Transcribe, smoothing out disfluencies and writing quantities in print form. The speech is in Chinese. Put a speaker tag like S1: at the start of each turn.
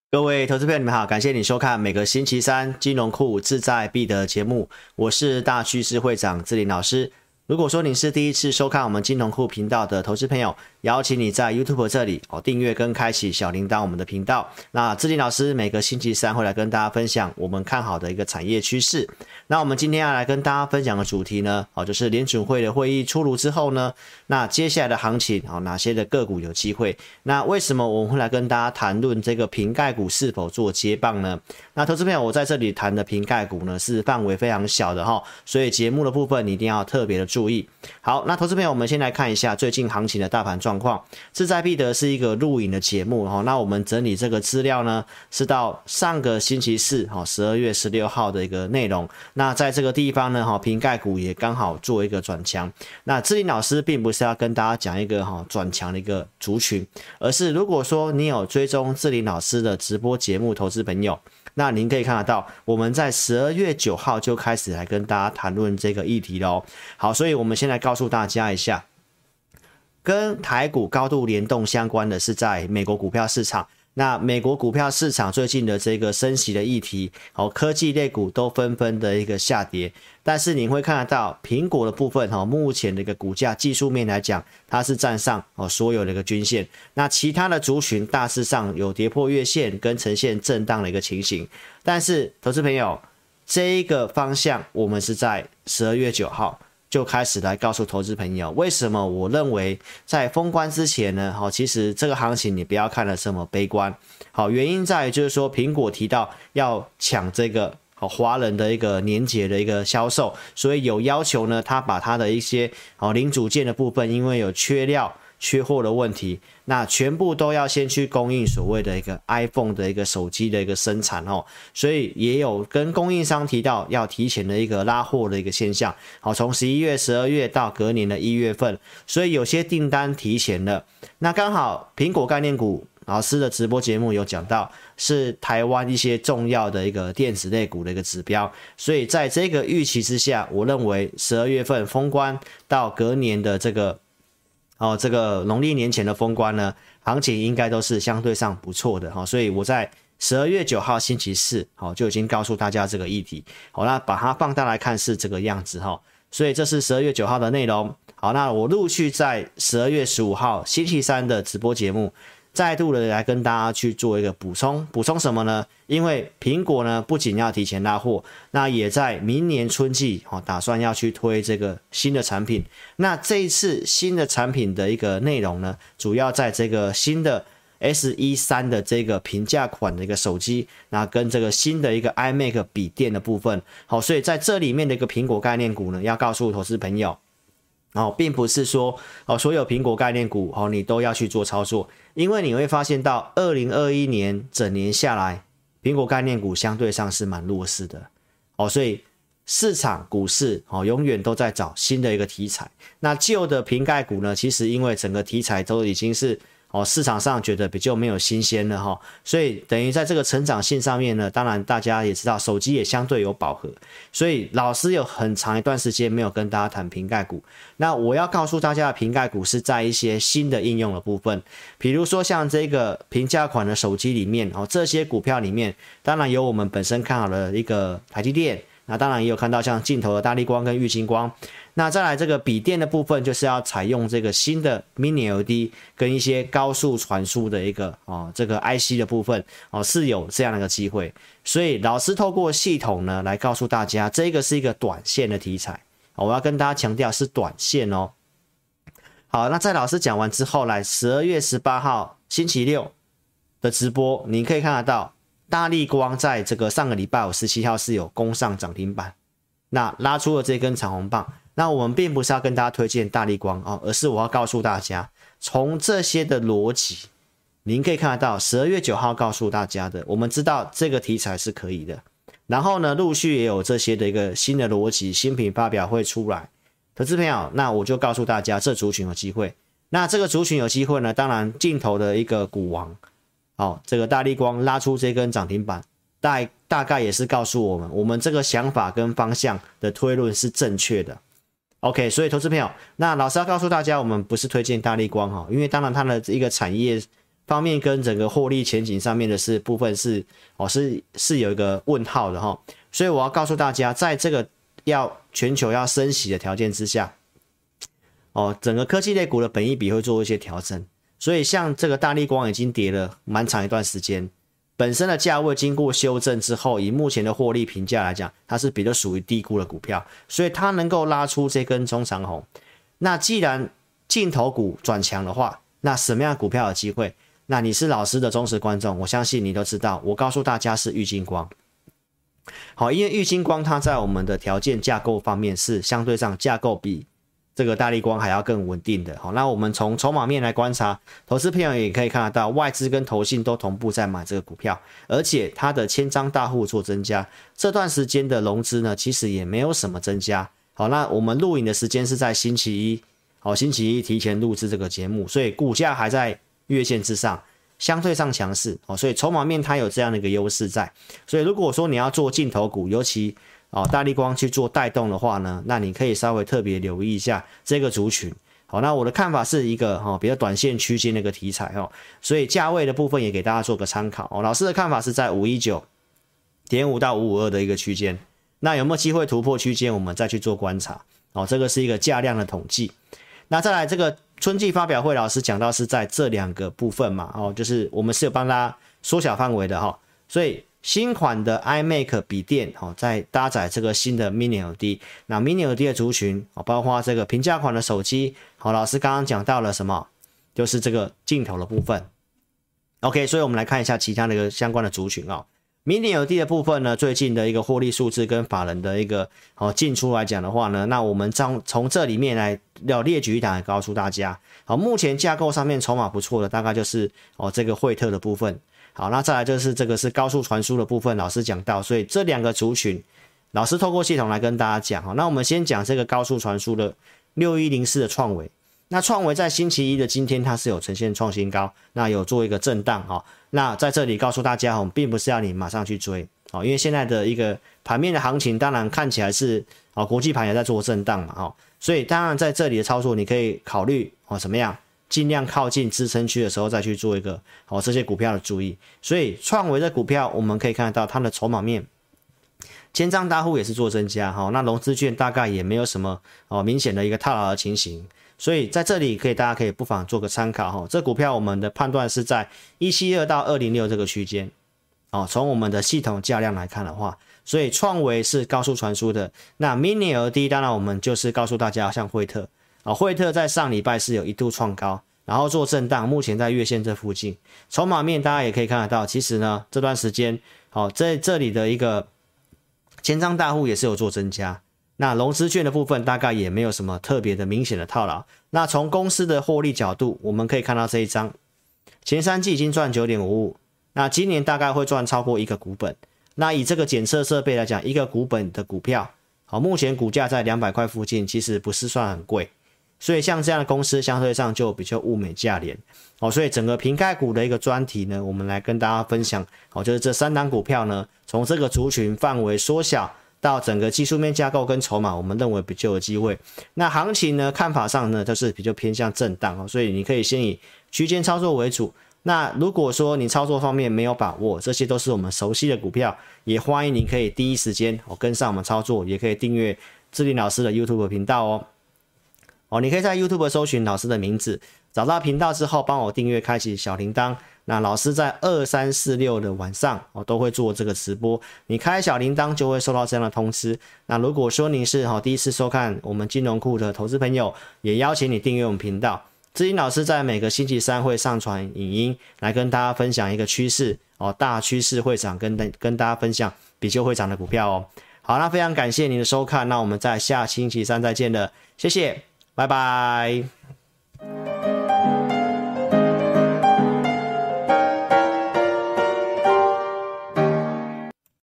S1: 各位投资朋友，你们好，感谢你收看每个星期三金融库志在必得节目，我是大趋势会长志霖老师。如果说你是第一次收看我们金融库频道的投资朋友，邀请你在 YouTube 这里订阅跟开启小铃铛我们的频道。那志霖老师每个星期三会来跟大家分享我们看好的一个产业趋势。那我们今天要来跟大家分享的主题呢，就是联准会的会议出炉之后呢，那接下来的行情哪些的个股有机会？那为什么我们会来跟大家谈论这个瓶盖股是否做接棒呢？那投资朋友，我在这里谈的瓶盖股呢是范围非常小的所以节目的部分你一定要特别的注意。好，那投资朋友，我们先来看一下最近行情的大盘状况。志在必得是一个录影的节目那我们整理这个资料呢，是到上个星期四12月16号的一个内容。那在这个地方呢瓶盖股也刚好做一个转强。那志霖老师并不是要跟大家讲一个转强的一个族群，而是如果说你有追踪志霖老师的直播节目，投资朋友，那您可以看得到，我们在12月9号就开始来跟大家谈论这个议题咯。好，所以我们先来告诉大家一下，跟台股高度联动相关的是在美国股票市场。那美国股票市场最近的这个升息的议题，科技类股都纷纷的一个下跌，但是你会看得到苹果的部分目前的一个股价技术面来讲，它是站上所有的一个均线。那其他的族群大致上有跌破月线跟呈现震荡的一个情形，但是投资朋友，这一个方向我们是在12月9号就开始来告诉投资朋友，为什么我认为在封关之前呢，其实这个行情你不要看得这么悲观。好，原因在于就是说苹果提到要抢这个华人的一个年节的一个销售，所以有要求呢，他把他的一些零组件的部分，因为有缺料缺货的问题，那全部都要先去供应所谓的一个 iPhone 的一个手机的一个生产所以也有跟供应商提到要提前的一个拉货的一个现象。好，从11月、12月到隔年的1月份，所以有些订单提前了。那刚好苹果概念股老师的直播节目有讲到，是台湾一些重要的一个电子类股的一个指标，所以在这个预期之下，我认为12月份封关到隔年的这个农历年前的封关呢，行情应该都是相对上不错的所以我在12月9号星期四就已经告诉大家这个议题。好，那把它放大来看是这个样子所以这是12月9号的内容。好，那我陆续在12月15号星期三的直播节目再度的来跟大家去做一个补充什么呢？因为苹果呢不仅要提前拉货，那也在明年春季打算要去推这个新的产品。那这一次新的产品的一个内容呢，主要在这个新的 S13 的这个平价款的一个手机，那跟这个新的一个 iMac 笔电的部分。好，所以在这里面的一个苹果概念股呢，要告诉投资朋友并不是说所有苹果概念股你都要去做操作，因为你会发现到2021年整年下来，苹果概念股相对上是蛮弱势的所以市场股市永远都在找新的一个题材。那旧的瓶盖股呢，其实因为整个题材都已经是市场上觉得比较没有新鲜了所以等于在这个成长性上面呢，当然大家也知道手机也相对有饱和，所以老师有很长一段时间没有跟大家谈瓶盖股。那我要告诉大家的瓶盖股是在一些新的应用的部分，比如说像这个平价款的手机里面这些股票里面当然有我们本身看好的一个台积电，那当然也有看到像镜头的大立光跟玉晶光。那再来这个笔电的部分，就是要采用这个新的 Mini LED 跟一些高速传输的一个这个 IC 的部分是有这样的一个机会。所以老师透过系统呢来告诉大家，这个是一个短线的题材我要跟大家强调是短线好，那在老师讲完之后，来12月18号星期六的直播，你可以看得到大立光在这个上个礼拜五17号是有攻上涨停板，那拉出了这根长红棒。那我们并不是要跟大家推荐大立光而是我要告诉大家，从这些的逻辑，您可以看得到12月9号告诉大家的，我们知道这个题材是可以的。然后呢，陆续也有这些的一个新的逻辑，新品发表会出来。投资朋友，那我就告诉大家，这族群有机会。那这个族群有机会呢，当然镜头的一个股王这个大立光拉出这根涨停板，大概也是告诉我们这个想法跟方向的推论是正确的。OK， 所以投资朋友，那老师要告诉大家，我们不是推荐大立光因为当然它的一个产业方面跟整个获利前景上面的部分是有一个问号的哈，所以我要告诉大家，在这个全球要升息的条件之下，整个科技类股的本益比会做一些调整，所以像这个大立光已经跌了蛮长一段时间，本身的价位经过修正之后，以目前的获利评价来讲，它是比较属于低估的股票，所以它能够拉出这根中长红。那既然镜头股转强的话，那什么样的股票有机会？那你是老师的忠实观众，我相信你都知道，我告诉大家是玉晶光。好，因为玉晶光它在我们的条件架构方面是相对上架构比这个大立光还要更稳定的。好，那我们从筹码面来观察，投资朋友也可以看得到，外资跟投信都同步在买这个股票，而且它的千张大户做增加，这段时间的融资呢，其实也没有什么增加。好，那我们录影的时间是在星期一，好，星期一提前录制这个节目，所以股价还在月线之上，相对上强势，所以筹码面它有这样的一个优势在。所以如果说你要做镜头股，尤其大立光去做带动的话呢，那你可以稍微特别留意一下这个族群。好，那我的看法是一个比较短线区间的一个题材所以价位的部分也给大家做个参考老师的看法是在519.5到552的一个区间，那有没有机会突破区间，我们再去做观察这个是一个价量的统计。那再来这个春季发表会，老师讲到是在这两个部分嘛就是我们是有帮大家缩小范围的所以新款的 iMac 笔电在搭载这个新的 Mini LED， 那 Mini LED 的族群包括这个平价款的手机老师刚刚讲到了什么，就是这个镜头的部分。 OK， 所以我们来看一下其他的一个相关的族群Mini LED 的部分呢，最近的一个获利数字跟法人的一个进出来讲的话呢，那我们从这里面来列举一档来告诉大家。好，目前架构上面筹码不错的，大概就是这个惠特的部分。好，那再来就是这个是高速传输的部分，老师讲到，所以这两个族群，老师透过系统来跟大家讲那我们先讲这个高速传输的6104的创惟。那创惟在星期一的今天它是有呈现创新高，那有做一个震荡那在这里告诉大家并不是要你马上去追因为现在的一个盘面的行情当然看起来是国际盘也在做震荡嘛所以当然在这里的操作你可以考虑怎么样尽量靠近支撑区的时候再去做一个这些股票的注意。所以创惟的股票我们可以看得到它的筹码面千张大户也是做增加那融资券大概也没有什么明显的一个套牢的情形，所以在这里大家可以不妨做个参考这股票我们的判断是在172到206这个区间从我们的系统价量来看的话，所以创惟是高速传输的。那 Mini LED 当然我们就是告诉大家像惠特惠特在上礼拜是有一度创高，然后做震荡，目前在月线这附近。筹码面大家也可以看得到，其实呢这段时间在这里的一个千张大户也是有做增加，那融资券的部分大概也没有什么特别的明显的套牢。那从公司的获利角度，我们可以看到这一张前3季已经赚 9.55， 那今年大概会赚超过1个股本。那以这个检测设备来讲，1个股本的股票目前股价在200块附近，其实不是算很贵，所以像这样的公司相对上就比较物美价廉所以整个瓶盖股的一个专题呢，我们来跟大家分享就是这3档股票呢，从这个族群范围缩小到整个技术面架构跟筹码，我们认为比较有机会。那行情呢，看法上呢，就是比较偏向震荡所以你可以先以区间操作为主。那如果说你操作方面没有把握，这些都是我们熟悉的股票，也欢迎你可以第一时间跟上我们操作，也可以订阅志霖老师的 YouTube 频道你可以在 YouTube 搜寻老师的名字，找到频道之后帮我订阅开启小铃铛。那老师在2、3、4、6的晚上都会做这个直播，你开小铃铛就会收到这样的通知。那如果说你是第一次收看我们金融库的投资朋友，也邀请你订阅我们频道。志霖老师在每个星期三会上传影音来跟大家分享一个趋势大趋势会涨，跟大家分享比较会涨的股票好，那非常感谢您的收看，那我们在下星期三再见了，谢谢，拜拜。